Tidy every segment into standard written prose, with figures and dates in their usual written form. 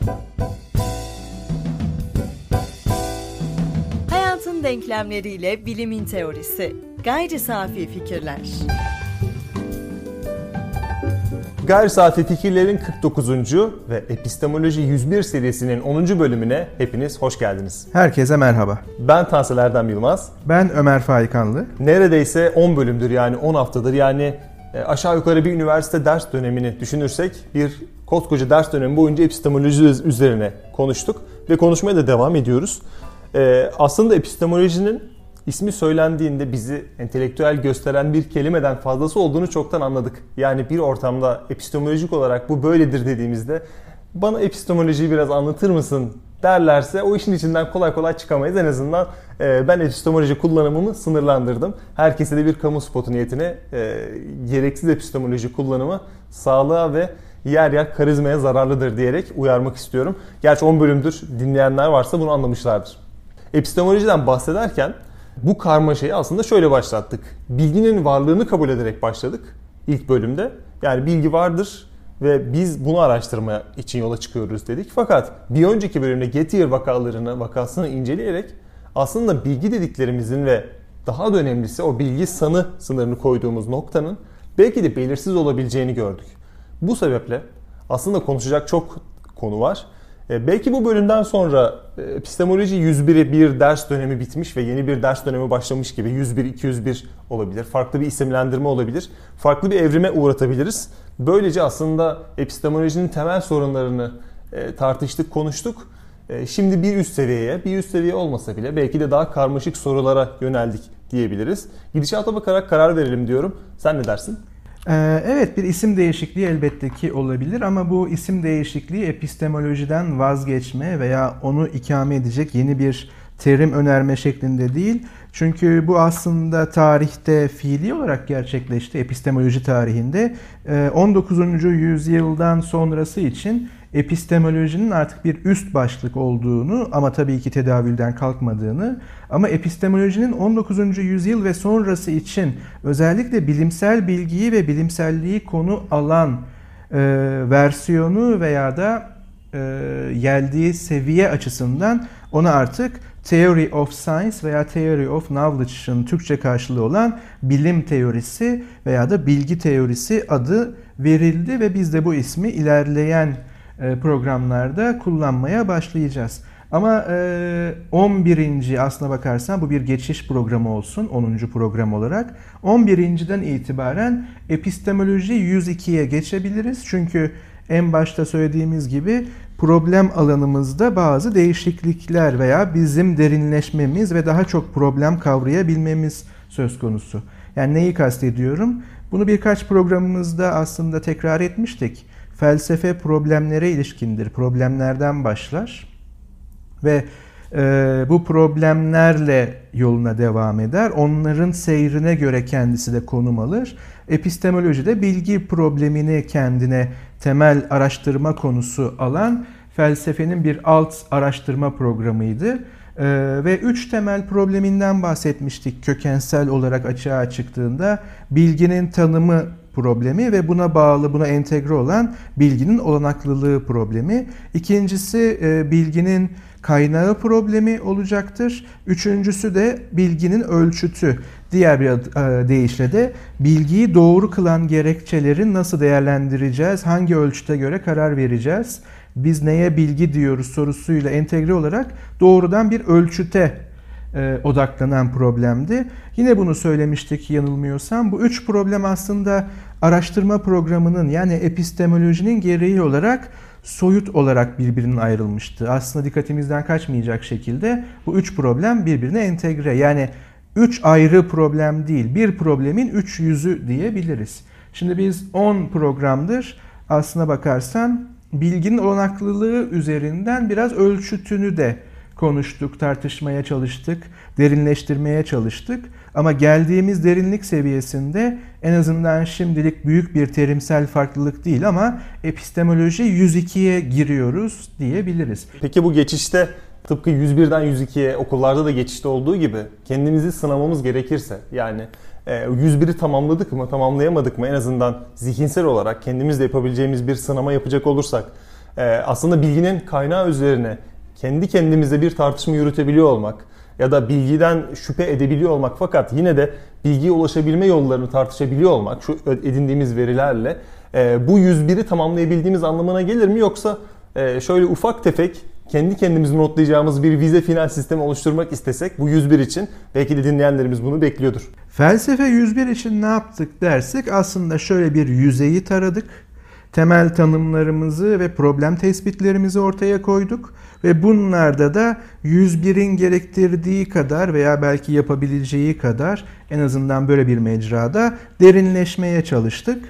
Hayatın denklemleriyle bilimin teorisi. Gayri safi fikirler. Gayri safi fikirlerin 49. ve Epistemoloji 101 serisinin 10. bölümüne hepiniz hoş geldiniz. Herkese merhaba. Ben Tansel Erdem Yılmaz. Ben Ömer Faikanlı. Neredeyse 10 bölümdür, yani 10 haftadır, yani aşağı yukarı bir üniversite ders dönemini düşünürsek bir koskoca ders dönemi boyunca epistemoloji üzerine konuştuk ve konuşmaya da devam ediyoruz. Aslında epistemolojinin ismi söylendiğinde bizi entelektüel gösteren bir kelimeden fazlası olduğunu çoktan anladık. Yani bir ortamda epistemolojik olarak bu böyledir dediğimizde bana epistemolojiyi biraz anlatır mısın derlerse o işin içinden kolay kolay çıkamayız. En azından ben epistemoloji kullanımımı sınırlandırdım. Herkese de bir kamu spotu niyetine gereksiz epistemoloji kullanımı sağlığa ve yer yer karizmaya zararlıdır diyerek uyarmak istiyorum. Gerçi 10 bölümdür dinleyenler varsa bunu anlamışlardır. Epistemolojiden bahsederken bu karmaşayı aslında şöyle başlattık. Bilginin varlığını kabul ederek başladık ilk bölümde. Yani bilgi vardır ve biz bunu araştırma için yola çıkıyoruz dedik. Fakat bir önceki bölümde Gettier vakasını inceleyerek aslında bilgi dediklerimizin ve daha da önemlisi o bilgi sanı sınırını koyduğumuz noktanın belki de belirsiz olabileceğini gördük. Bu sebeple aslında konuşacak çok konu var. Belki bu bölümden sonra epistemoloji 101'e bir ders dönemi bitmiş ve yeni bir ders dönemi başlamış gibi 101, 201 olabilir. Farklı bir isimlendirme olabilir. Farklı bir evrime uğratabiliriz. Böylece aslında epistemolojinin temel sorunlarını tartıştık, konuştuk. Şimdi bir üst seviye olmasa bile belki de daha karmaşık sorulara yöneldik diyebiliriz. Gidişata bakarak karar verelim diyorum. Sen ne dersin? Evet, bir isim değişikliği elbette ki olabilir ama bu isim değişikliği epistemolojiden vazgeçme veya onu ikame edecek yeni bir terim önerme şeklinde değil. Çünkü bu aslında tarihte fiili olarak gerçekleşti, epistemoloji tarihinde. 19. yüzyıldan sonrası için epistemolojinin artık bir üst başlık olduğunu ama tabii ki tedavülden kalkmadığını, ama epistemolojinin 19. yüzyıl ve sonrası için özellikle bilimsel bilgiyi ve bilimselliği konu alan versiyonu veya da geldiği seviye açısından ona artık Theory of Science veya Theory of Knowledge'ın Türkçe karşılığı olan bilim teorisi veya da bilgi teorisi adı verildi ve biz de bu ismi ilerleyen programlarda kullanmaya başlayacağız. Ama 11. aslına bakarsan bu bir geçiş programı olsun 10. program olarak. 11.den itibaren epistemoloji 102'ye geçebiliriz. Çünkü en başta söylediğimiz gibi problem alanımızda bazı değişiklikler veya bizim derinleşmemiz ve daha çok problem kavrayabilmemiz söz konusu. Yani neyi kastediyorum? Bunu birkaç programımızda aslında tekrar etmiştik. Felsefe problemlere ilişkindir. Problemlerden başlar ve bu problemlerle yoluna devam eder. Onların seyrine göre kendisi de konum alır. Epistemoloji de bilgi problemini kendine temel araştırma konusu alan felsefenin bir alt araştırma programıydı. Ve 3 temel probleminden bahsetmiştik kökensel olarak açığa çıktığında. Bilginin tanımı problemi ve buna bağlı, buna entegre olan bilginin olanaklılığı problemi. İkincisi bilginin kaynağı problemi olacaktır. Üçüncüsü de bilginin ölçütü. Diğer bir deyişle de bilgiyi doğru kılan gerekçeleri nasıl değerlendireceğiz, hangi ölçüte göre karar vereceğiz, biz neye bilgi diyoruz sorusuyla entegre olarak doğrudan bir ölçüte odaklanan problemdi. Yine bunu söylemiştik yanılmıyorsam. Bu 3 problem aslında araştırma programının yani epistemolojinin gereği olarak soyut olarak birbirinden ayrılmıştı. Aslında dikkatimizden kaçmayacak şekilde bu 3 problem birbirine entegre. Yani 3 ayrı problem değil, bir problemin 3 yüzü diyebiliriz. Şimdi biz 10 programdır aslına bakarsan bilginin olanaklılığı üzerinden biraz ölçütünü de konuştuk, tartışmaya çalıştık, derinleştirmeye çalıştık. Ama geldiğimiz derinlik seviyesinde en azından şimdilik büyük bir terimsel farklılık değil ama epistemoloji 102'ye giriyoruz diyebiliriz. Peki bu geçişte tıpkı 101'den 102'ye okullarda da geçişte olduğu gibi kendimizi sınamamız gerekirse yani 101'i tamamladık mı, tamamlayamadık mı en azından zihinsel olarak kendimizle yapabileceğimiz bir sınama yapacak olursak aslında bilginin kaynağı üzerine kendi kendimize bir tartışma yürütebiliyor olmak ya da bilgiden şüphe edebiliyor olmak, fakat yine de bilgiye ulaşabilme yollarını tartışabiliyor olmak şu edindiğimiz verilerle bu 101'i tamamlayabildiğimiz anlamına gelir mi? Yoksa şöyle ufak tefek kendi kendimizi notlayacağımız bir vize final sistemi oluşturmak istesek bu 101 için belki de dinleyenlerimiz bunu bekliyordur. Felsefe 101 için ne yaptık dersek aslında şöyle bir yüzeyi taradık. Temel tanımlarımızı ve problem tespitlerimizi ortaya koyduk ve bunlarda da 101'in gerektirdiği kadar veya belki yapabileceği kadar en azından böyle bir mecrada derinleşmeye çalıştık.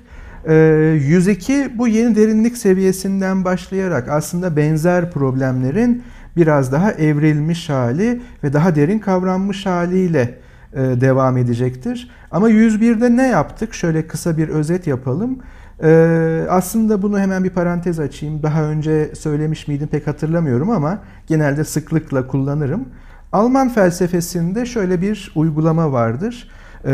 102 bu yeni derinlik seviyesinden başlayarak aslında benzer problemlerin biraz daha evrilmiş hali ve daha derin kavranmış haliyle devam edecektir. Ama 101'de ne yaptık? Şöyle kısa bir özet yapalım. Aslında bunu hemen bir parantez açayım. Daha önce söylemiş miydim pek hatırlamıyorum ama genelde sıklıkla kullanırım. Alman felsefesinde şöyle bir uygulama vardır.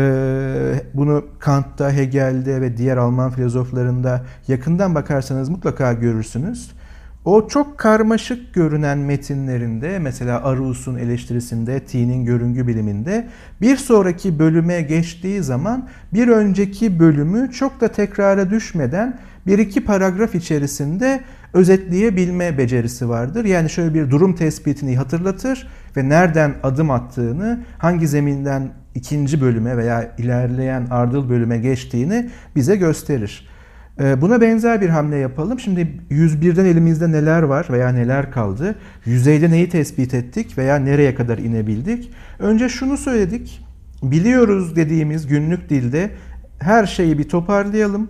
Bunu Kant'ta, Hegel'de ve diğer Alman filozoflarında yakından bakarsanız mutlaka görürsünüz. O çok karmaşık görünen metinlerinde, mesela Arrhus'un eleştirisinde, Tie'nin görüngü biliminde bir sonraki bölüme geçtiği zaman bir önceki bölümü çok da tekrara düşmeden bir iki paragraf içerisinde özetleyebilme becerisi vardır. Yani şöyle bir durum tespitini hatırlatır ve nereden adım attığını, hangi zeminden ikinci bölüme veya ilerleyen ardıl bölüme geçtiğini bize gösterir. Buna benzer bir hamle yapalım. Şimdi 101'den elimizde neler var veya neler kaldı? Yüzeyde neyi tespit ettik veya nereye kadar inebildik? Önce şunu söyledik. Biliyoruz dediğimiz günlük dilde her şeyi bir toparlayalım.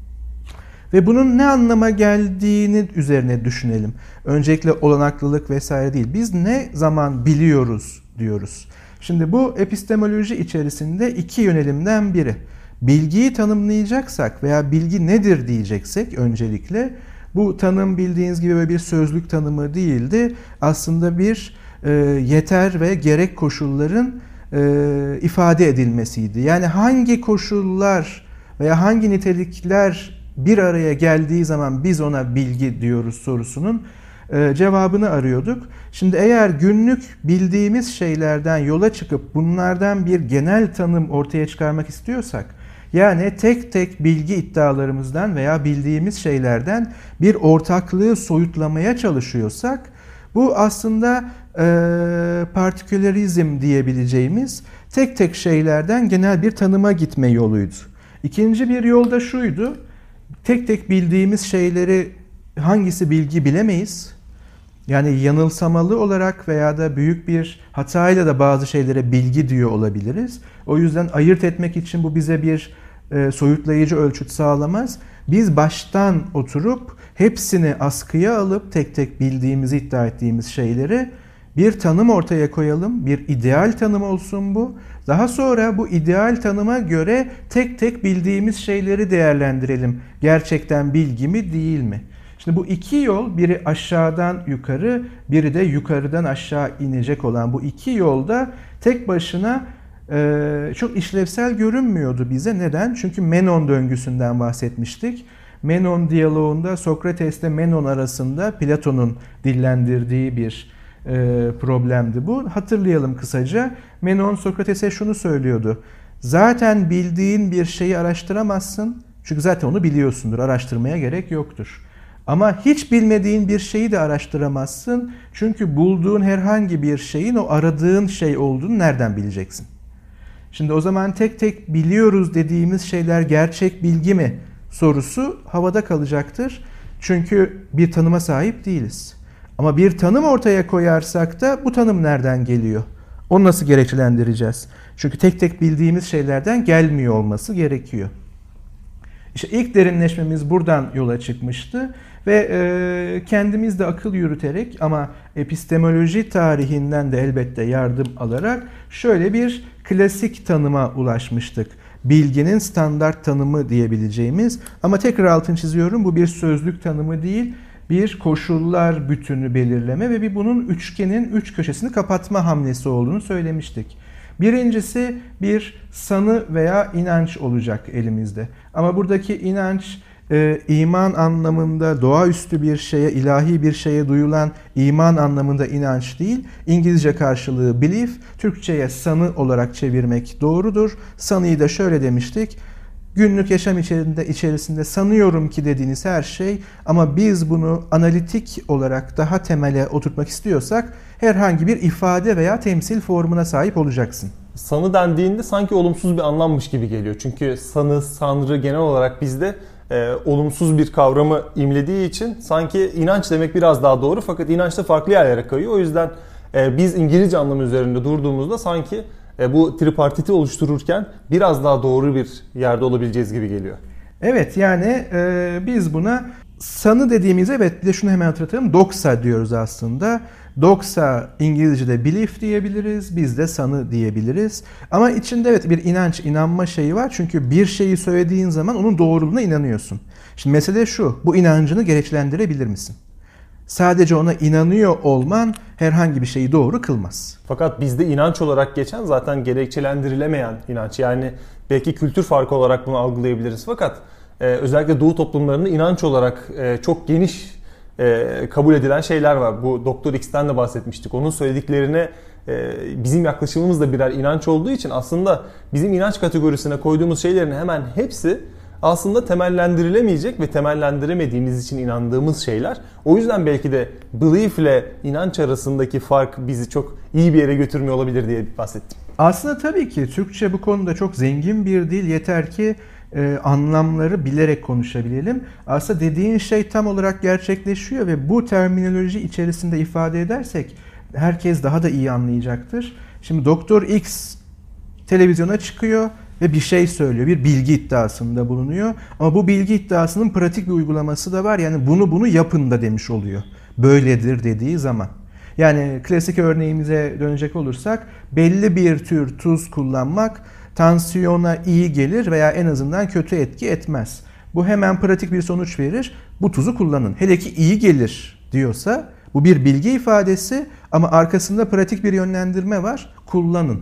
Ve bunun ne anlama geldiğini üzerine düşünelim. Öncelikle olanaklılık vesaire değil. Biz ne zaman biliyoruz diyoruz. Şimdi bu epistemoloji içerisinde iki yönelimden biri. Bilgiyi tanımlayacaksak veya bilgi nedir diyeceksek öncelikle bu tanım bildiğiniz gibi böyle bir sözlük tanımı değildi. Aslında bir yeter ve gerek koşulların ifade edilmesiydi. Yani hangi koşullar veya hangi nitelikler bir araya geldiği zaman biz ona bilgi diyoruz sorusunun cevabını arıyorduk. Şimdi eğer günlük bildiğimiz şeylerden yola çıkıp bunlardan bir genel tanım ortaya çıkarmak istiyorsak, yani tek tek bilgi iddialarımızdan veya bildiğimiz şeylerden bir ortaklığı soyutlamaya çalışıyorsak, bu aslında partikülerizm diyebileceğimiz tek tek şeylerden genel bir tanıma gitme yoluydu. İkinci bir yol da şuydu, tek tek bildiğimiz şeyleri hangisi bilgi bilemeyiz. Yani yanılsamalı olarak veya da büyük bir hatayla da bazı şeylere bilgi diyor olabiliriz. O yüzden ayırt etmek için bu bize bir soyutlayıcı ölçüt sağlamaz. Biz baştan oturup hepsini askıya alıp tek tek bildiğimizi iddia ettiğimiz şeyleri bir tanım ortaya koyalım. Bir ideal tanım olsun bu. Daha sonra bu ideal tanıma göre tek tek bildiğimiz şeyleri değerlendirelim. Gerçekten bilgi mi değil mi? Şimdi bu iki yol, biri aşağıdan yukarı, biri de yukarıdan aşağı inecek olan bu iki yolda tek başına çok işlevsel görünmüyordu bize. Neden? Çünkü Menon döngüsünden bahsetmiştik. Menon diyaloğunda Sokrates'le Menon arasında Platon'un dillendirdiği bir problemdi bu. Hatırlayalım kısaca. Menon Sokrates'e şunu söylüyordu. Zaten bildiğin bir şeyi araştıramazsın. Çünkü zaten onu biliyorsundur. Araştırmaya gerek yoktur. Ama hiç bilmediğin bir şeyi de araştıramazsın. Çünkü bulduğun herhangi bir şeyin o aradığın şey olduğunu nereden bileceksin? Şimdi o zaman tek tek biliyoruz dediğimiz şeyler gerçek bilgi mi sorusu havada kalacaktır. Çünkü bir tanıma sahip değiliz. Ama bir tanım ortaya koyarsak da bu tanım nereden geliyor? Onu nasıl gerekçelendireceğiz? Çünkü tek tek bildiğimiz şeylerden gelmiyor olması gerekiyor. İşte ilk derinleşmemiz buradan yola çıkmıştı ve kendimiz de akıl yürüterek ama epistemoloji tarihinden de elbette yardım alarak şöyle bir klasik tanıma ulaşmıştık. Bilginin standart tanımı diyebileceğimiz, ama tekrar altını çiziyorum, bu bir sözlük tanımı değil, bir koşullar bütünü belirleme ve bunun üçgenin üç köşesini kapatma hamlesi olduğunu söylemiştik. Birincisi bir sanı veya inanç olacak elimizde. Ama buradaki inanç iman anlamında doğaüstü bir şeye, ilahi bir şeye duyulan iman anlamında inanç değil. İngilizce karşılığı belief, Türkçe'ye sanı olarak çevirmek doğrudur. Sanıyı da şöyle demiştik. Günlük yaşam içerisinde sanıyorum ki dediğiniz her şey, ama biz bunu analitik olarak daha temele oturtmak istiyorsak herhangi bir ifade veya temsil formuna sahip olacaksın. Sanı dendiğinde sanki olumsuz bir anlammış gibi geliyor. Çünkü sanı, sanrı genel olarak bizde olumsuz bir kavramı imlediği için sanki inanç demek biraz daha doğru, fakat inanç da farklı yerlere kayıyor. O yüzden biz İngilizce anlamı üzerinde durduğumuzda sanki bu tripartiti oluştururken biraz daha doğru bir yerde olabileceğiz gibi geliyor. Evet, yani biz buna sanı dediğimizde, evet, bir de şunu hemen hatırlatalım, doxa diyoruz aslında. Doxa İngilizce'de belief diyebiliriz, biz de sanı diyebiliriz. Ama içinde evet bir inanç, inanma şeyi var. Çünkü bir şeyi söylediğin zaman onun doğruluğuna inanıyorsun. Şimdi mesele şu, bu inancını gereçlendirebilir misin? Sadece ona inanıyor olman herhangi bir şeyi doğru kılmaz. Fakat bizde inanç olarak geçen zaten gerekçelendirilemeyen inanç. Yani belki kültür farkı olarak bunu algılayabiliriz. Fakat özellikle Doğu toplumlarında inanç olarak çok geniş kabul edilen şeyler var. Bu Doktor X'ten de bahsetmiştik. Onun söylediklerine bizim yaklaşımımız da birer inanç olduğu için aslında bizim inanç kategorisine koyduğumuz şeylerin hemen hepsi aslında temellendirilemeyecek ve temellendiremediğimiz için inandığımız şeyler. O yüzden belki de belief ile inanç arasındaki fark bizi çok iyi bir yere götürmüyor olabilir diye bahsettim. Aslında tabii ki Türkçe bu konuda çok zengin bir dil. Yeter ki anlamları bilerek konuşabilelim. Aslında dediğin şey tam olarak gerçekleşiyor ve bu terminoloji içerisinde ifade edersek herkes daha da iyi anlayacaktır. Şimdi Doktor X televizyona çıkıyor ve bir şey söylüyor, bir bilgi iddiasında bulunuyor. Ama bu bilgi iddiasının pratik bir uygulaması da var. Yani bunu yapın da demiş oluyor. Böyledir dediği zaman. Yani klasik örneğimize dönecek olursak belli bir tür tuz kullanmak tansiyona iyi gelir veya en azından kötü etki etmez. Bu hemen pratik bir sonuç verir. Bu tuzu kullanın. Hele ki iyi gelir diyorsa bu bir bilgi ifadesi ama arkasında pratik bir yönlendirme var. Kullanın.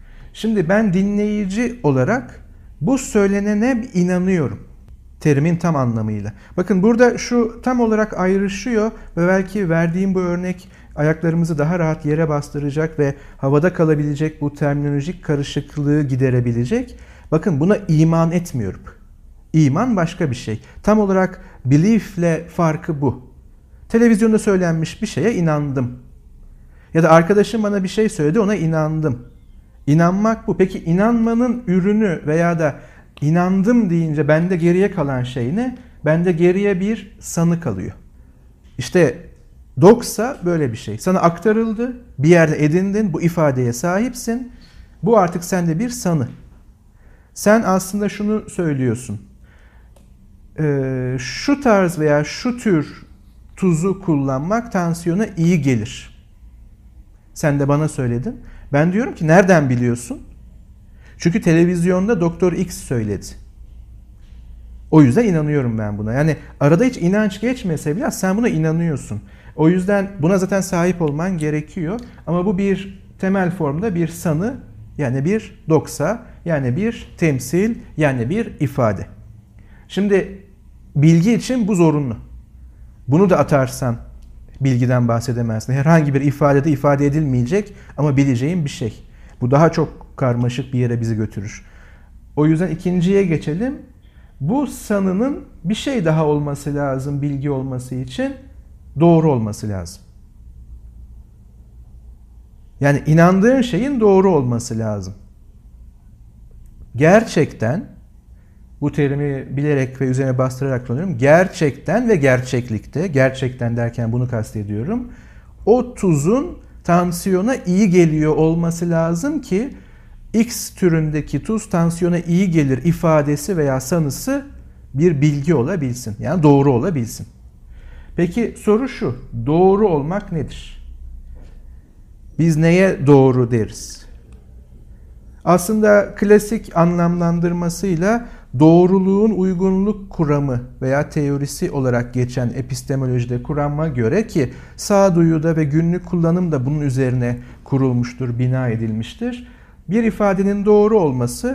Şimdi ben dinleyici olarak bu söylenene inanıyorum. Terimin tam anlamıyla. Bakın burada şu tam olarak ayrışıyor ve belki verdiğim bu örnek ayaklarımızı daha rahat yere bastıracak ve havada kalabilecek bu terminolojik karışıklığı giderebilecek. Bakın buna iman etmiyorum. İman başka bir şey. Tam olarak belief ile farkı bu. Televizyonda söylenmiş bir şeye inandım. Ya da arkadaşım bana bir şey söyledi, ona inandım. İnanmak bu. Peki inanmanın ürünü veya da inandım deyince bende geriye kalan şey ne? Bende geriye bir sanı kalıyor. İşte doxa böyle bir şey. Sana aktarıldı, bir yerde edindin, bu ifadeye sahipsin. Bu artık sende bir sanı. Sen aslında şunu söylüyorsun. Şu tarz veya şu tür tuzu kullanmak tansiyona iyi gelir. Sen de bana söyledin. Ben diyorum ki nereden biliyorsun? Çünkü televizyonda Doktor X söyledi. O yüzden inanıyorum ben buna. Yani arada hiç inanç geçmese bile sen buna inanıyorsun. O yüzden buna zaten sahip olman gerekiyor. Ama bu bir temel formda bir sanı, yani bir doxa, yani bir temsil, yani bir ifade. Şimdi bilgi için bu zorunlu. Bunu da atarsan bilgiden bahsedemezsin. Herhangi bir ifadede ifade edilmeyecek ama bileceğin bir şey. Bu daha çok karmaşık bir yere bizi götürür. O yüzden ikinciye geçelim. Bu sanının bir şey daha olması lazım bilgi olması için, doğru olması lazım. Yani inandığın şeyin doğru olması lazım. Gerçekten, bu terimi bilerek ve üzerine bastırarak kullanıyorum. Gerçekten ve gerçeklikte, gerçekten derken bunu kastediyorum. O tuzun tansiyona iyi geliyor olması lazım ki X türündeki tuz tansiyona iyi gelir ifadesi veya sanısı bir bilgi olabilsin. Yani doğru olabilsin. Peki soru şu, doğru olmak nedir? Biz neye doğru deriz? Aslında klasik anlamlandırmasıyla doğruluğun uygunluk kuramı veya teorisi olarak geçen epistemolojide kurama göre, ki sağduyuda ve günlük kullanım da bunun üzerine kurulmuştur, bina edilmiştir. Bir ifadenin doğru olması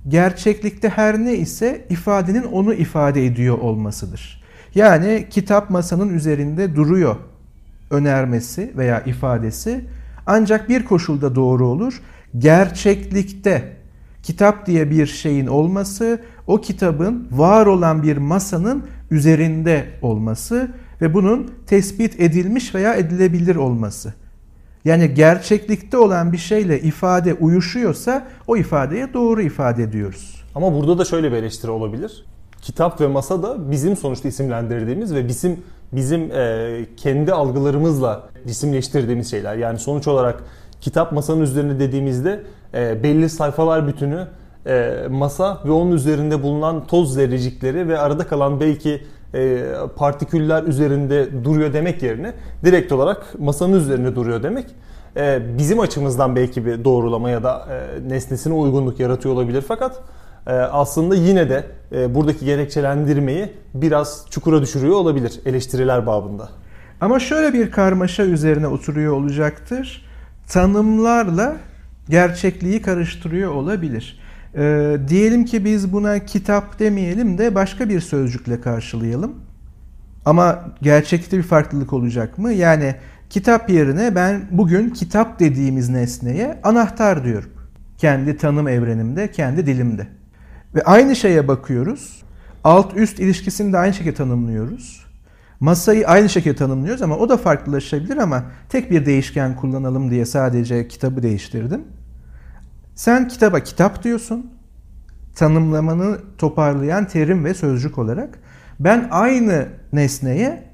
gerçeklikte her ne ise ifadenin onu ifade ediyor olmasıdır. Yani kitap masanın üzerinde duruyor önermesi veya ifadesi ancak bir koşulda doğru olur. Gerçeklikte kitap diye bir şeyin olması, o kitabın var olan bir masanın üzerinde olması ve bunun tespit edilmiş veya edilebilir olması. Yani gerçeklikte olan bir şeyle ifade uyuşuyorsa o ifadeye doğru ifade ediyoruz. Ama burada da şöyle bir eleştiri olabilir. Kitap ve masa da bizim sonuçta isimlendirdiğimiz ve bizim kendi algılarımızla cisimleştirdiğimiz şeyler. Yani sonuç olarak kitap masanın üzerinde dediğimizde belli sayfalar bütünü masa ve onun üzerinde bulunan toz zerrecikleri ve arada kalan belki partiküller üzerinde duruyor demek yerine direkt olarak masanın üzerinde duruyor demek bizim açımızdan belki bir doğrulama ya da nesnesine uygunluk yaratıyor olabilir. Fakat aslında yine de buradaki gerekçelendirmeyi biraz çukura düşürüyor olabilir eleştiriler babında. Ama şöyle bir karmaşa üzerine oturuyor olacaktır. Tanımlarla gerçekliği karıştırıyor olabilir. Diyelim ki biz buna kitap demeyelim de başka bir sözcükle karşılayalım. Ama gerçekte bir farklılık olacak mı? Yani kitap yerine ben bugün kitap dediğimiz nesneye anahtar diyorum. Kendi tanım evrenimde, kendi dilimde. Ve aynı şeye bakıyoruz. Alt üst ilişkisini de aynı şekilde tanımlıyoruz. Masayı aynı şekilde tanımlıyoruz ama o da farklılaşabilir ama tek bir değişken kullanalım diye sadece kitabı değiştirdim. Sen kitaba kitap diyorsun. Tanımlamanı toparlayan terim ve sözcük olarak. Ben aynı nesneye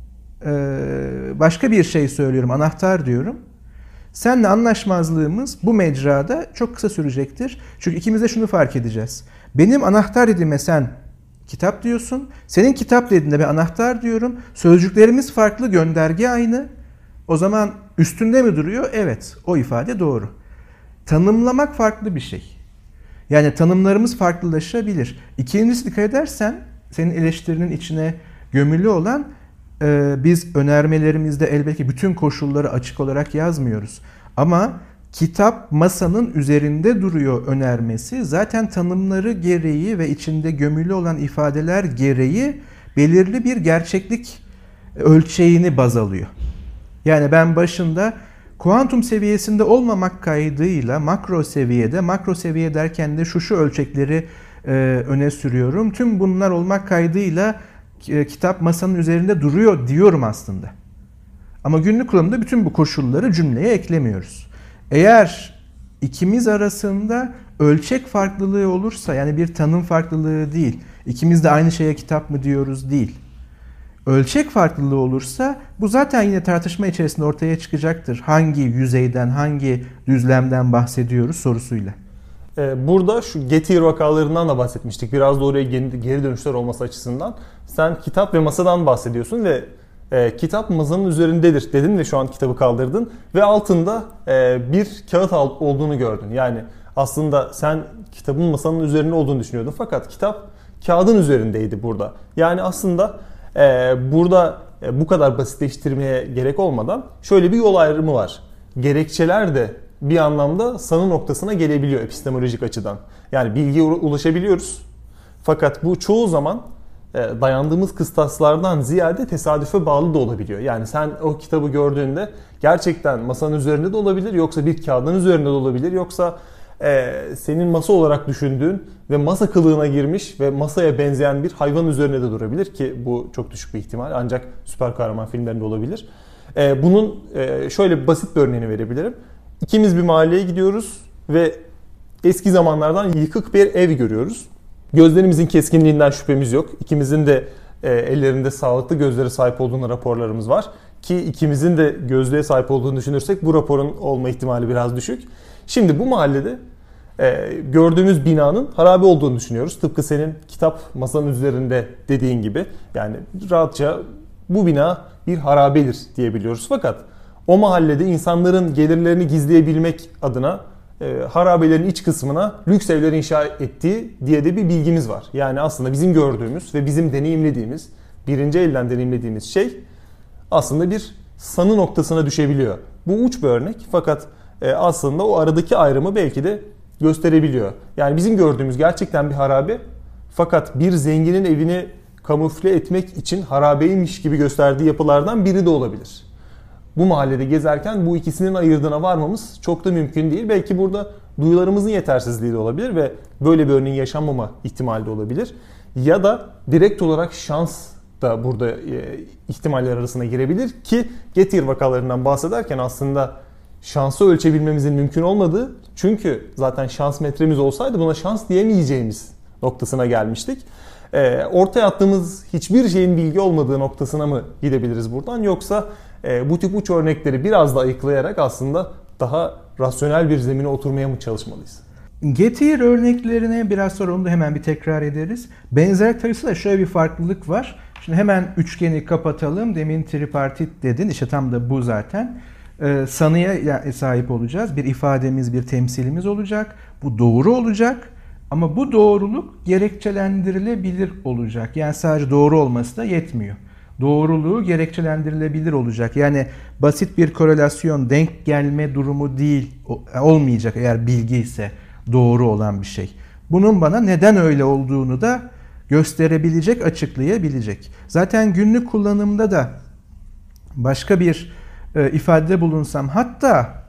başka bir şey söylüyorum, anahtar diyorum. Seninle anlaşmazlığımız bu mecrada çok kısa sürecektir. Çünkü ikimiz de şunu fark edeceğiz. Benim anahtar dediğime sen kitap diyorsun. Senin kitap dediğinde ben anahtar diyorum. Sözcüklerimiz farklı, gönderge aynı. O zaman üstünde mi duruyor? Evet, o ifade doğru. Tanımlamak farklı bir şey. Yani tanımlarımız farklılaşabilir. İkincisi dikkat edersen senin eleştirinin içine gömülü olan biz önermelerimizde elbette bütün koşulları açık olarak yazmıyoruz. Ama kitap masanın üzerinde duruyor önermesi zaten tanımları gereği ve içinde gömülü olan ifadeler gereği belirli bir gerçeklik ölçeğini baz alıyor. Yani ben başında kuantum seviyesinde olmamak kaydıyla makro seviye derken de şu ölçekleri öne sürüyorum. Tüm bunlar olmak kaydıyla kitap masanın üzerinde duruyor diyorum aslında. Ama günlük kullanımda bütün bu koşulları cümleye eklemiyoruz. Eğer ikimiz arasında ölçek farklılığı olursa, yani bir tanım farklılığı değil, ikimiz de aynı şeye kitap mı diyoruz değil. Ölçek farklılığı olursa bu zaten yine tartışma içerisinde ortaya çıkacaktır. Hangi yüzeyden, hangi düzlemden bahsediyoruz sorusuyla. Burada şu Gettier vakalarından da bahsetmiştik. Biraz da oraya geri dönüşler olması açısından. Sen kitap ve masadan bahsediyorsun ve kitap masanın üzerindedir dedin ve şu an kitabı kaldırdın. Ve altında bir kağıt olduğunu gördün. Yani aslında sen kitabın masanın üzerinde olduğunu düşünüyordun. Fakat kitap kağıdın üzerindeydi burada. Yani aslında burada bu kadar basitleştirmeye gerek olmadan şöyle bir yol ayrımı var. Gerekçeler de bir anlamda sanı noktasına gelebiliyor epistemolojik açıdan. Yani bilgiye ulaşabiliyoruz. Fakat bu çoğu zaman dayandığımız kıstaslardan ziyade tesadüfe bağlı da olabiliyor. Yani sen o kitabı gördüğünde gerçekten masanın üzerinde de olabilir, yoksa bir kağıdın üzerinde de olabilir, yoksa senin masa olarak düşündüğün ve masa kılığına girmiş ve masaya benzeyen bir hayvan üzerine de durabilir ki bu çok düşük bir ihtimal, ancak süper kahraman filmlerinde olabilir. Bunun şöyle basit bir örneğini verebilirim. İkimiz bir mahalleye gidiyoruz ve eski zamanlardan yıkık bir ev görüyoruz. Gözlerimizin keskinliğinden şüphemiz yok. İkimizin de ellerinde sağlıklı gözlere sahip olduğuna raporlarımız var. Ki ikimizin de gözlüğe sahip olduğunu düşünürsek bu raporun olma ihtimali biraz düşük. Şimdi bu mahallede gördüğümüz binanın harabe olduğunu düşünüyoruz. Tıpkı senin kitap masanın üzerinde dediğin gibi. Yani rahatça bu bina bir harabedir diyebiliyoruz. Fakat o mahallede insanların gelirlerini gizleyebilmek adına harabelerin iç kısmına lüks evler inşa ettiği diye de bir bilgimiz var. Yani aslında bizim gördüğümüz ve bizim deneyimlediğimiz, birinci elden deneyimlediğimiz şey aslında bir sanı noktasına düşebiliyor. Bu uç bir örnek, fakat aslında o aradaki ayrımı belki de gösterebiliyor. Yani bizim gördüğümüz gerçekten bir harabe, fakat bir zenginin evini kamufle etmek için harabeymiş gibi gösterdiği yapılardan biri de olabilir. Bu mahallede gezerken bu ikisinin ayırdığına varmamız çok da mümkün değil. Belki burada duyularımızın yetersizliği de olabilir ve böyle bir örneğin yaşanmama ihtimali de olabilir. Ya da direkt olarak şans da burada ihtimaller arasına girebilir ki Gettier vakalarından bahsederken aslında şansı ölçebilmemizin mümkün olmadığı, çünkü zaten şans metremiz olsaydı buna şans diyemeyeceğimiz noktasına gelmiştik. Ortaya attığımız hiçbir şeyin bilgi olmadığı noktasına mı gidebiliriz buradan, yoksa bu tip uç örnekleri biraz da ayıklayarak aslında daha rasyonel bir zemine oturmaya mı çalışmalıyız? Gettier örneklerine biraz sonra onu da hemen bir tekrar ederiz. Benzerlik teorisi de şöyle bir farklılık var. Şimdi hemen üçgeni kapatalım. Demin tripartit dedin. İşte tam da bu zaten. Sanıya sahip olacağız. Bir ifademiz, bir temsilimiz olacak. Bu doğru olacak. Ama bu doğruluk gerekçelendirilebilir olacak. Yani sadece doğru olması da yetmiyor. Doğruluğu gerekçelendirilebilir olacak. Yani basit bir korelasyon, denk gelme durumu değil, olmayacak eğer bilgi ise doğru olan bir şey. Bunun bana neden öyle olduğunu da gösterebilecek, açıklayabilecek. Zaten günlük kullanımda da başka bir ifadede bulunsam, hatta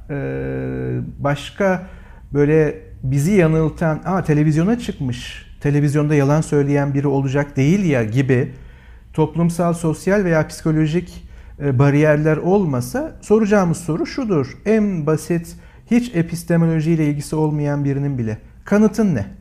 başka böyle bizi yanıltan, televizyona çıkmış, televizyonda yalan söyleyen biri olacak değil ya gibi toplumsal, sosyal veya psikolojik bariyerler olmasa soracağımız soru şudur. En basit, hiç epistemolojiyle ilgisi olmayan birinin bile kanıtın ne?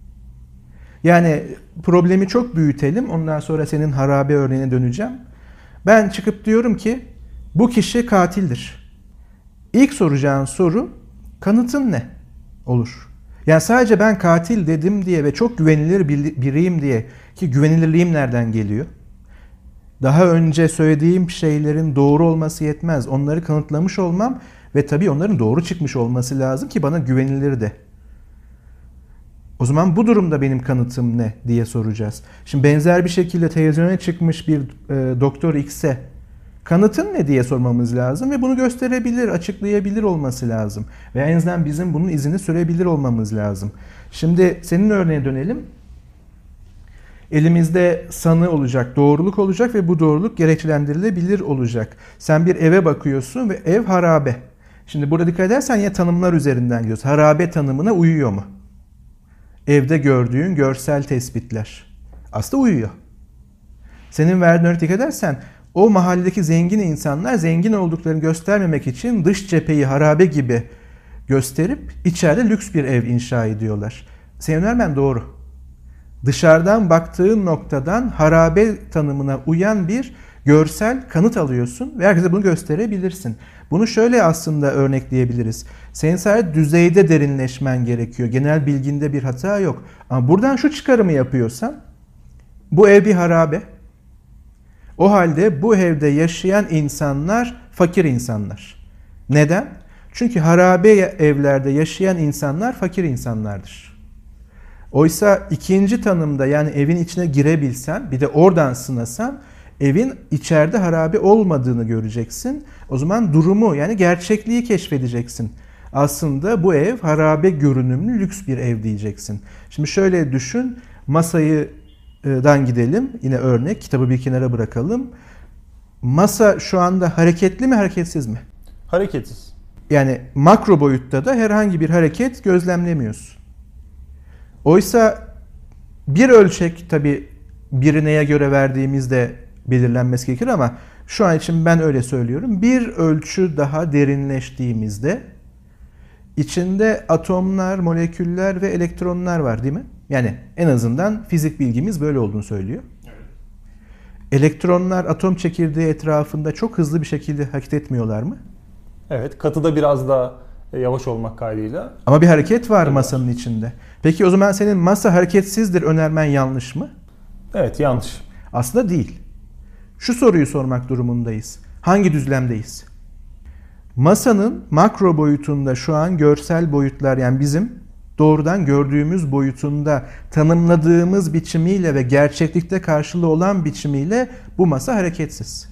Yani problemi çok büyütelim. Ondan sonra senin harabe örneğine döneceğim. Ben çıkıp diyorum ki bu kişi katildir. İlk soracağın soru kanıtın ne olur? Yani sadece ben katil dedim diye ve çok güvenilir biriyim diye, ki güvenilirliğim nereden geliyor? Daha önce söylediğim şeylerin doğru olması yetmez. Onları kanıtlamış olmam ve tabii onların doğru çıkmış olması lazım ki bana güvenilir de. O zaman bu durumda benim kanıtım ne diye soracağız. Şimdi benzer bir şekilde televizyona çıkmış bir Doktor X'e kanıtın ne diye sormamız lazım ve bunu gösterebilir, açıklayabilir olması lazım. Veya en azından bizim bunun izini sürebilir olmamız lazım. Şimdi senin örneğine dönelim. Elimizde sanı olacak, doğruluk olacak ve bu doğruluk gerekçelendirilebilir olacak. Sen bir eve bakıyorsun ve ev harabe. Şimdi burada dikkat edersen ya tanımlar üzerinden gidiyoruz. Harabe tanımına uyuyor mu? Evde gördüğün görsel tespitler. Aslında uyuyor. Senin verdiğin örnek dikkat edersen o mahalledeki zengin insanlar zengin olduklarını göstermemek için dış cepheyi harabe gibi gösterip içeride lüks bir ev inşa ediyorlar. Senin önermen doğru. Dışarıdan baktığın noktadan harabe tanımına uyan bir görsel kanıt alıyorsun ve herkese bunu gösterebilirsin. Bunu şöyle aslında örnekleyebiliriz. Senin sadece düzeyde derinleşmen gerekiyor. Genel bilginde bir hata yok. Ama buradan şu çıkarımı yapıyorsan, bu ev bir harabe. O halde bu evde yaşayan insanlar fakir insanlar. Neden? Çünkü harabe evlerde yaşayan insanlar fakir insanlardır. Oysa ikinci tanımda, yani evin içine girebilsen, bir de oradan sınasan, evin içeride harabe olmadığını göreceksin. O zaman durumu, yani gerçekliği keşfedeceksin. Aslında bu ev harabe görünümlü lüks bir ev diyeceksin. Şimdi şöyle düşün, masadan gidelim. Yine örnek, kitabı bir kenara bırakalım. Masa şu anda hareketli mi, hareketsiz mi? Hareketsiz. Yani makro boyutta da herhangi bir hareket gözlemlemiyorsun. Oysa bir ölçek, tabii biri neye göre verdiğimizde belirlenmesi gerekir ama şu an için ben öyle söylüyorum. Bir ölçü daha derinleştiğimizde içinde atomlar, moleküller ve elektronlar var, değil mi? Yani en azından fizik bilgimiz böyle olduğunu söylüyor. Elektronlar atom çekirdeği etrafında çok hızlı bir şekilde hareket etmiyorlar mı? Evet, katıda biraz daha yavaş olmak kaydıyla. Ama bir hareket var masanın içinde. Peki o zaman senin masa hareketsizdir önermen yanlış mı? Evet, yanlış. Aslında değil. Şu soruyu sormak durumundayız. Hangi düzlemdeyiz? Masanın makro boyutunda şu an görsel boyutlar, yani bizim doğrudan gördüğümüz boyutunda tanımladığımız biçimiyle ve gerçeklikte karşılığı olan biçimiyle bu masa hareketsiz.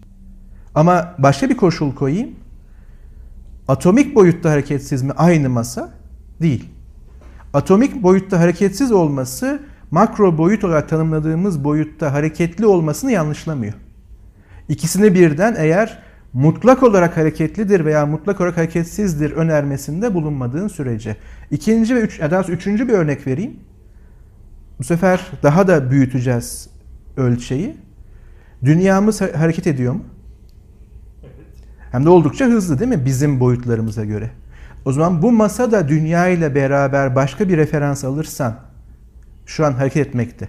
Ama başka bir koşul koyayım. Atomik boyutta hareketsiz mi aynı masa? Değil. Atomik boyutta hareketsiz olması, makro boyut olarak tanımladığımız boyutta hareketli olmasını yanlışlamıyor. İkisini birden eğer mutlak olarak hareketlidir veya mutlak olarak hareketsizdir önermesinde bulunmadığın sürece. İkinci ve daha doğrusu üçüncü bir örnek vereyim. Bu sefer daha da büyüteceğiz ölçeği. Dünyamız hareket ediyor mu? Evet. Hem de oldukça hızlı değil mi bizim boyutlarımıza göre? O zaman bu masada dünya ile beraber başka bir referans alırsan şu an hareket etmekte.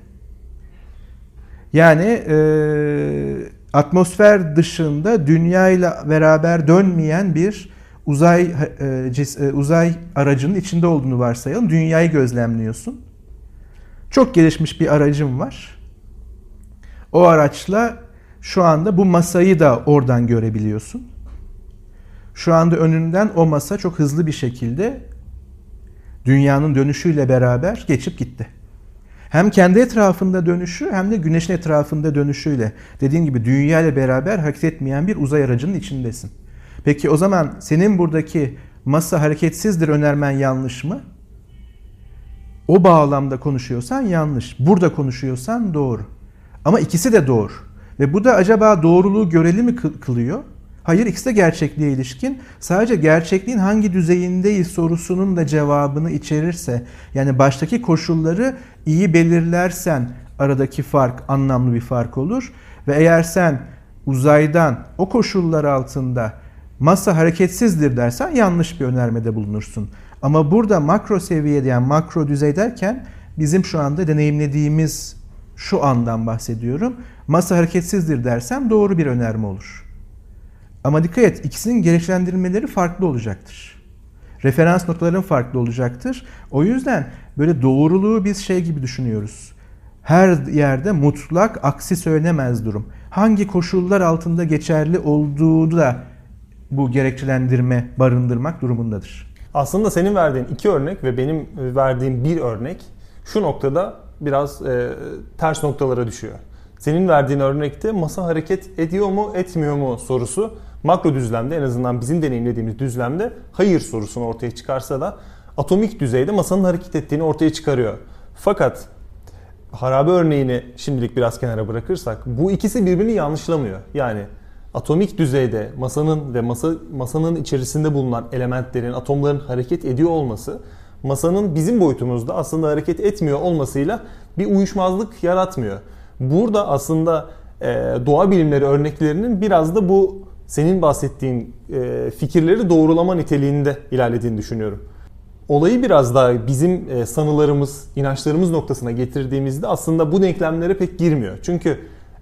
Yani atmosfer dışında dünya ile beraber dönmeyen bir uzay aracının içinde olduğunu varsayalım. Dünyayı gözlemliyorsun. Çok gelişmiş bir aracım var. O araçla şu anda bu masayı da oradan görebiliyorsun. Şu anda önünden o masa çok hızlı bir şekilde dünyanın dönüşüyle beraber geçip gitti. Hem kendi etrafında dönüşü hem de güneşin etrafında dönüşüyle. Dediğim gibi dünya ile beraber hareket etmeyen bir uzay aracının içindesin. Peki o zaman senin buradaki masa hareketsizdir önermen yanlış mı? O bağlamda konuşuyorsan yanlış. Burada konuşuyorsan doğru. Ama ikisi de doğru. Ve bu da acaba doğruluğu göreli mi kılıyor? Hayır, ikisi de gerçekliğe ilişkin. Sadece gerçekliğin hangi düzeyindeyiz sorusunun da cevabını içerirse, yani baştaki koşulları iyi belirlersen aradaki fark anlamlı bir fark olur. Ve eğer sen uzaydan o koşullar altında masa hareketsizdir dersen yanlış bir önermede bulunursun. Ama burada makro seviyede, yani makro düzey derken bizim şu anda deneyimlediğimiz şu andan bahsediyorum. Masa hareketsizdir dersem doğru bir önerme olur. Ama dikkat et, ikisinin gerekçelendirmeleri farklı olacaktır. Referans noktaların farklı olacaktır. O yüzden böyle doğruluğu biz şey gibi düşünüyoruz. Her yerde mutlak aksi söylenemez durum. Hangi koşullar altında geçerli olduğu da bu gerekçelendirme barındırmak durumundadır. Aslında senin verdiğin iki örnek ve benim verdiğim bir örnek şu noktada biraz ters noktalara düşüyor. Senin verdiğin örnekte masa hareket ediyor mu, etmiyor mu sorusu makro düzlemde, en azından bizim deneyimlediğimiz düzlemde hayır sorusunu ortaya çıkarsa da atomik düzeyde masanın hareket ettiğini ortaya çıkarıyor. Fakat harabe örneğini şimdilik biraz kenara bırakırsak bu ikisi birbirini yanlışlamıyor. Yani atomik düzeyde masanın ve masanın içerisinde bulunan elementlerin, atomların hareket ediyor olması, masanın bizim boyutumuzda aslında hareket etmiyor olmasıyla bir uyuşmazlık yaratmıyor. Burada aslında doğa bilimleri örneklerinin biraz da bu senin bahsettiğin fikirleri doğrulama niteliğinde ilerlediğini düşünüyorum. Olayı biraz daha bizim sanılarımız, inançlarımız noktasına getirdiğimizde aslında bu denklemlere pek girmiyor. Çünkü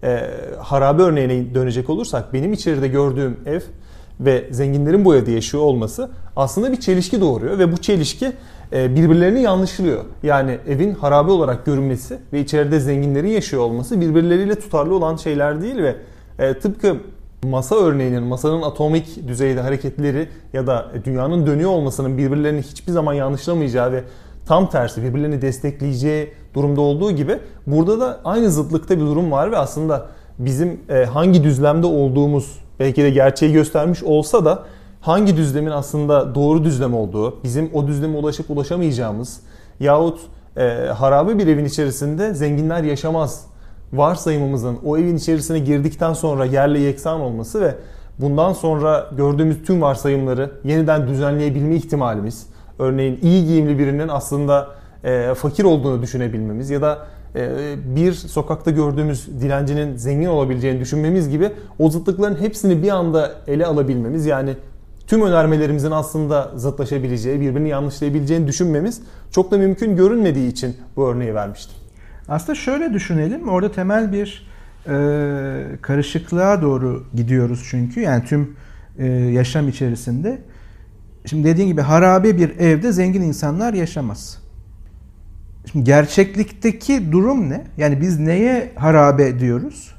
harabe örneğine dönecek olursak benim içeride gördüğüm ev ve zenginlerin bu evde yaşıyor olması aslında bir çelişki doğuruyor ve bu çelişki birbirlerini yanlışlıyor. Yani evin harabe olarak görünmesi ve içeride zenginlerin yaşıyor olması birbirleriyle tutarlı olan şeyler değil ve tıpkı masa örneğinin, masanın atomik düzeyde hareketleri ya da dünyanın dönüyor olmasının birbirlerini hiçbir zaman yanlışlamayacağı ve tam tersi birbirlerini destekleyeceği durumda olduğu gibi burada da aynı zıtlıkta bir durum var ve aslında bizim hangi düzlemde olduğumuz belki de gerçeği göstermiş olsa da hangi düzlemin aslında doğru düzlem olduğu, bizim o düzleme ulaşıp ulaşamayacağımız yahut harabe bir evin içerisinde zenginler yaşamaz varsayımımızın o evin içerisine girdikten sonra yerle yeksan olması ve bundan sonra gördüğümüz tüm varsayımları yeniden düzenleyebilme ihtimalimiz, örneğin iyi giyimli birinin aslında fakir olduğunu düşünebilmemiz ya da bir sokakta gördüğümüz dilencinin zengin olabileceğini düşünmemiz gibi o zıtlıkların hepsini bir anda ele alabilmemiz, yani tüm önermelerimizin aslında zıtlaşabileceği, birbirini yanlışlayabileceğini düşünmemiz çok da mümkün görünmediği için bu örneği vermiştim. Aslında şöyle düşünelim, orada temel bir karışıklığa doğru gidiyoruz çünkü, yani tüm yaşam içerisinde. Şimdi dediğin gibi harabe bir evde zengin insanlar yaşamaz. Şimdi gerçeklikteki durum ne? Yani biz neye harabe diyoruz?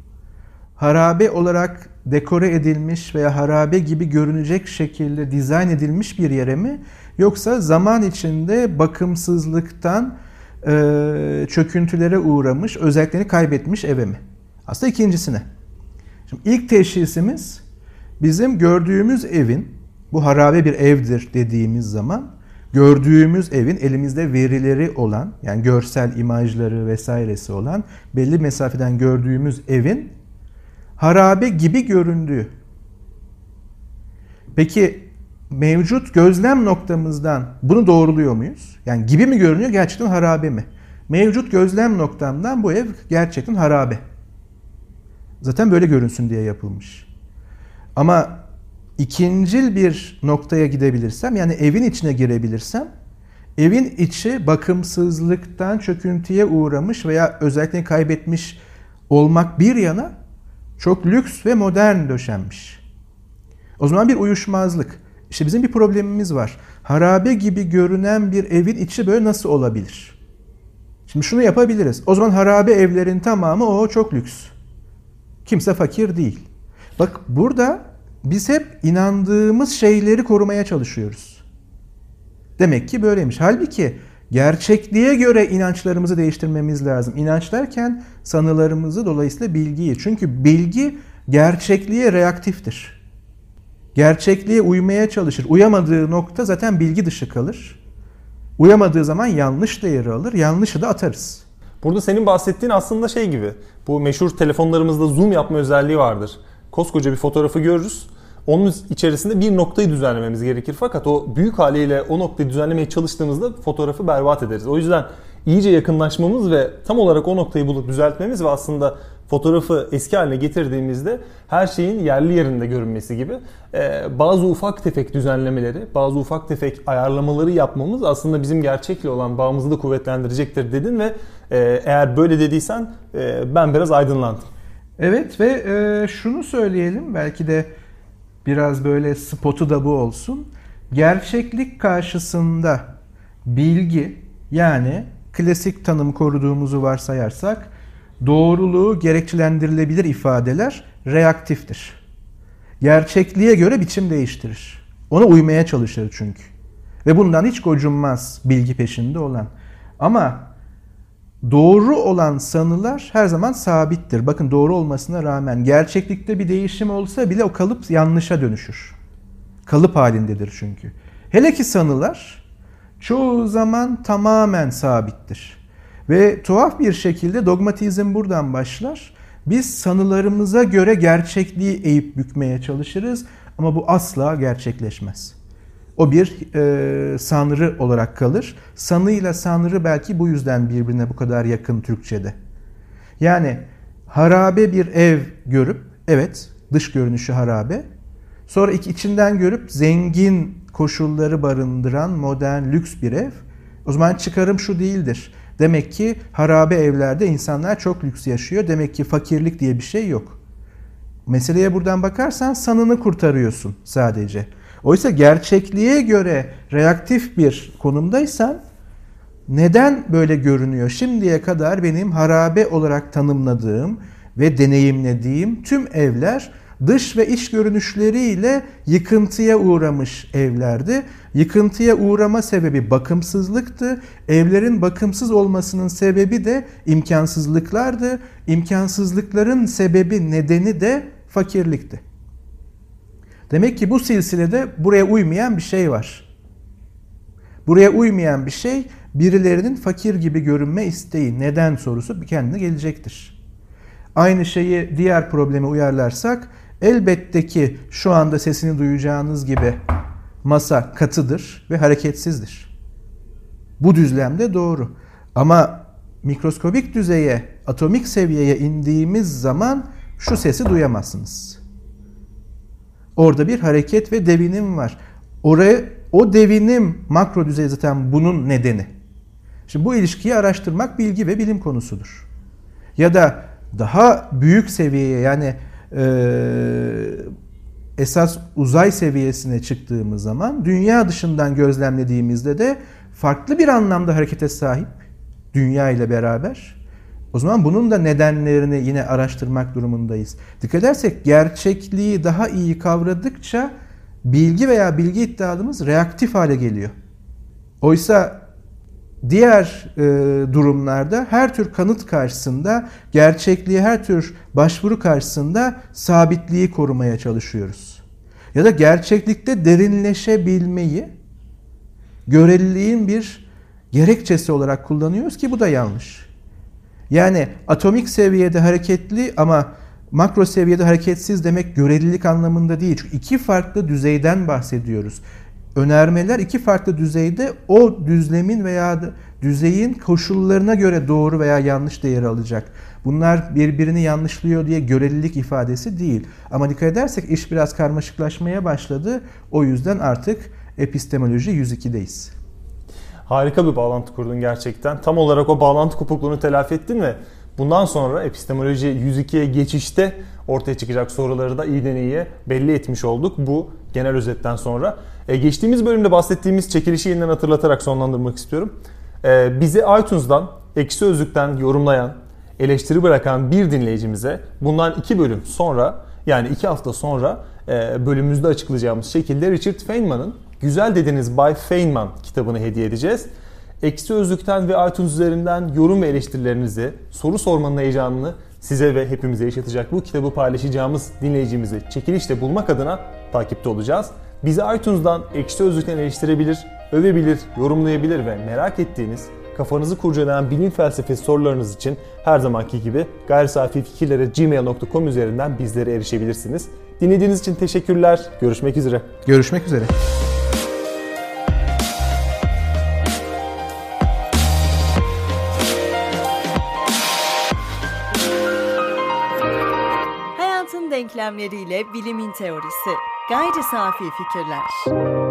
Harabe olarak dekore edilmiş veya harabe gibi görünecek şekilde dizayn edilmiş bir yere mi? Yoksa zaman içinde bakımsızlıktan çöküntülere uğramış, özelliklerini kaybetmiş eve mi? Aslında ikincisine. Şimdi ilk teşhisimiz bizim gördüğümüz evin, bu harabe bir evdir dediğimiz zaman gördüğümüz evin elimizde verileri olan, yani görsel imajları vesairesi olan belli mesafeden gördüğümüz evin harabe gibi göründüğü. Peki mevcut gözlem noktamızdan bunu doğruluyor muyuz? Yani gibi mi görünüyor, gerçekten harabe mi? Mevcut gözlem noktamdan bu ev gerçekten harabe. Zaten böyle görünsün diye yapılmış. Ama ikincil bir noktaya gidebilirsem, yani evin içine girebilirsem, evin içi bakımsızlıktan çöküntüye uğramış veya özellikle kaybetmiş olmak bir yana çok lüks ve modern döşenmiş. O zaman bir uyuşmazlık. İşte bizim bir problemimiz var. Harabe gibi görünen bir evin içi böyle nasıl olabilir? Şimdi şunu yapabiliriz. O zaman harabe evlerin tamamı çok lüks. Kimse fakir değil. Bak burada biz hep inandığımız şeyleri korumaya çalışıyoruz. Demek ki böyleymiş. Halbuki gerçekliğe göre inançlarımızı değiştirmemiz lazım. İnanç derken sanılarımızı, dolayısıyla bilgiyi. Çünkü bilgi gerçekliğe reaktiftir. Gerçekliğe uymaya çalışır. Uyamadığı nokta zaten bilgi dışı kalır. Uyamadığı zaman yanlış değeri alır. Yanlışı da atarız. Burada senin bahsettiğin aslında şey gibi. Bu meşhur telefonlarımızda zoom yapma özelliği vardır. Koskoca bir fotoğrafı görürüz. Onun içerisinde bir noktayı düzenlememiz gerekir. Fakat o büyük haliyle o noktayı düzenlemeye çalıştığımızda fotoğrafı berbat ederiz. O yüzden iyice yakınlaşmamız ve tam olarak o noktayı bulup düzeltmemiz ve aslında fotoğrafı eski haline getirdiğimizde her şeyin yerli yerinde görünmesi gibi bazı ufak tefek düzenlemeleri, bazı ufak tefek ayarlamaları yapmamız aslında bizim gerçekle olan bağımızı da kuvvetlendirecektir dedin ve eğer böyle dediysen ben biraz aydınlandım. Evet ve şunu söyleyelim, belki de biraz böyle spotu da bu olsun. Gerçeklik karşısında bilgi, yani klasik tanım koruduğumuzu varsayarsak, doğruluğu gerekçelendirilebilir ifadeler reaktiftir. Gerçekliğe göre biçim değiştirir. Ona uymaya çalışır çünkü. Ve bundan hiç gocunmaz bilgi peşinde olan. Ama doğru olan sanılar her zaman sabittir. Bakın, doğru olmasına rağmen gerçeklikte bir değişim olsa bile o kalıp yanlışa dönüşür. Kalıp halindedir çünkü. Hele ki sanılar çoğu zaman tamamen sabittir. Ve tuhaf bir şekilde dogmatizm buradan başlar. Biz sanılarımıza göre gerçekliği eğip bükmeye çalışırız ama bu asla gerçekleşmez. O bir sanrı olarak kalır. Sanıyla sanrı belki bu yüzden birbirine bu kadar yakın Türkçe'de. Yani harabe bir ev görüp, evet dış görünüşü harabe, sonra içinden görüp zengin koşulları barındıran modern lüks bir ev, o zaman çıkarım şu değildir. Demek ki harabe evlerde insanlar çok lüks yaşıyor. Demek ki fakirlik diye bir şey yok. Meseleye buradan bakarsan sanını kurtarıyorsun sadece. Oysa gerçekliğe göre reaktif bir konumdaysan neden böyle görünüyor? Şimdiye kadar benim harabe olarak tanımladığım ve deneyimlediğim tüm evler dış ve iç görünüşleriyle yıkıntıya uğramış evlerdi. Yıkıntıya uğrama sebebi bakımsızlıktı. Evlerin bakımsız olmasının sebebi de imkansızlıklardı. İmkansızlıkların sebebi, nedeni de fakirlikti. Demek ki bu silsilede buraya uymayan bir şey var. Buraya uymayan bir şey, birilerinin fakir gibi görünme isteği. Neden sorusu kendine gelecektir. Aynı şeyi diğer probleme uyarlarsak, elbette ki şu anda sesini duyacağınız gibi masa katıdır ve hareketsizdir. Bu düzlemde doğru. Ama mikroskobik düzeye, atomik seviyeye indiğimiz zaman şu sesi duyamazsınız. Orada bir hareket ve devinim var. O devinim makro düzey zaten bunun nedeni. Şimdi bu ilişkiyi araştırmak bilgi ve bilim konusudur. Ya da daha büyük seviyeye, yani esas uzay seviyesine çıktığımız zaman dünya dışından gözlemlediğimizde de farklı bir anlamda harekete sahip dünya ile beraber. O zaman bunun da nedenlerini yine araştırmak durumundayız. Dikkat edersek gerçekliği daha iyi kavradıkça bilgi veya bilgi iddialarımız reaktif hale geliyor. Oysa diğer durumlarda her tür kanıt karşısında, gerçekliğe her tür başvuru karşısında sabitliği korumaya çalışıyoruz. Ya da gerçeklikte derinleşebilmeyi, göreliliğin bir gerekçesi olarak kullanıyoruz ki bu da yanlış. Yani atomik seviyede hareketli ama makro seviyede hareketsiz demek görelilik anlamında değil. Çünkü iki farklı düzeyden bahsediyoruz. Önermeler iki farklı düzeyde o düzlemin veya düzeyin koşullarına göre doğru veya yanlış değeri alacak. Bunlar birbirini yanlışlıyor diye görelilik ifadesi değil. Ama dikkat edersek iş biraz karmaşıklaşmaya başladı. O yüzden artık epistemoloji 102'deyiz. Harika bir bağlantı kurdun gerçekten. Tam olarak o bağlantı kopukluğunu telafi ettin ve bundan sonra epistemoloji 102'ye geçişte ortaya çıkacak soruları da iyiden iyiye belli etmiş olduk bu genel özetten sonra. Geçtiğimiz bölümde bahsettiğimiz çekilişi yeniden hatırlatarak sonlandırmak istiyorum. Bizi iTunes'dan, Ekşi Sözlük'ten yorumlayan, eleştiri bırakan bir dinleyicimize bundan 2 bölüm sonra, yani 2 hafta sonra bölümümüzde açıklayacağımız şekilde Richard Feynman'ın Güzel Dediniz Bay Feynman kitabını hediye edeceğiz. Ekşi Sözlük'ten ve iTunes üzerinden yorum ve eleştirilerinizi, soru sormanın heyecanını size ve hepimize yaşatacak bu kitabı paylaşacağımız dinleyicimizi çekilişte bulmak adına takipte olacağız. Bizi iTunes'dan, Ekşi Sözlük'ten eleştirebilir, övebilir, yorumlayabilir ve merak ettiğiniz, kafanızı kurcalayan bilim felsefesi sorularınız için her zamanki gibi gayrisafifikirlere@gmail.com üzerinden bizlere erişebilirsiniz. Dinlediğiniz için teşekkürler. Görüşmek üzere. Görüşmek üzere. Hayatın denklemleriyle bilimin teorisi. Gayri safi fikirler.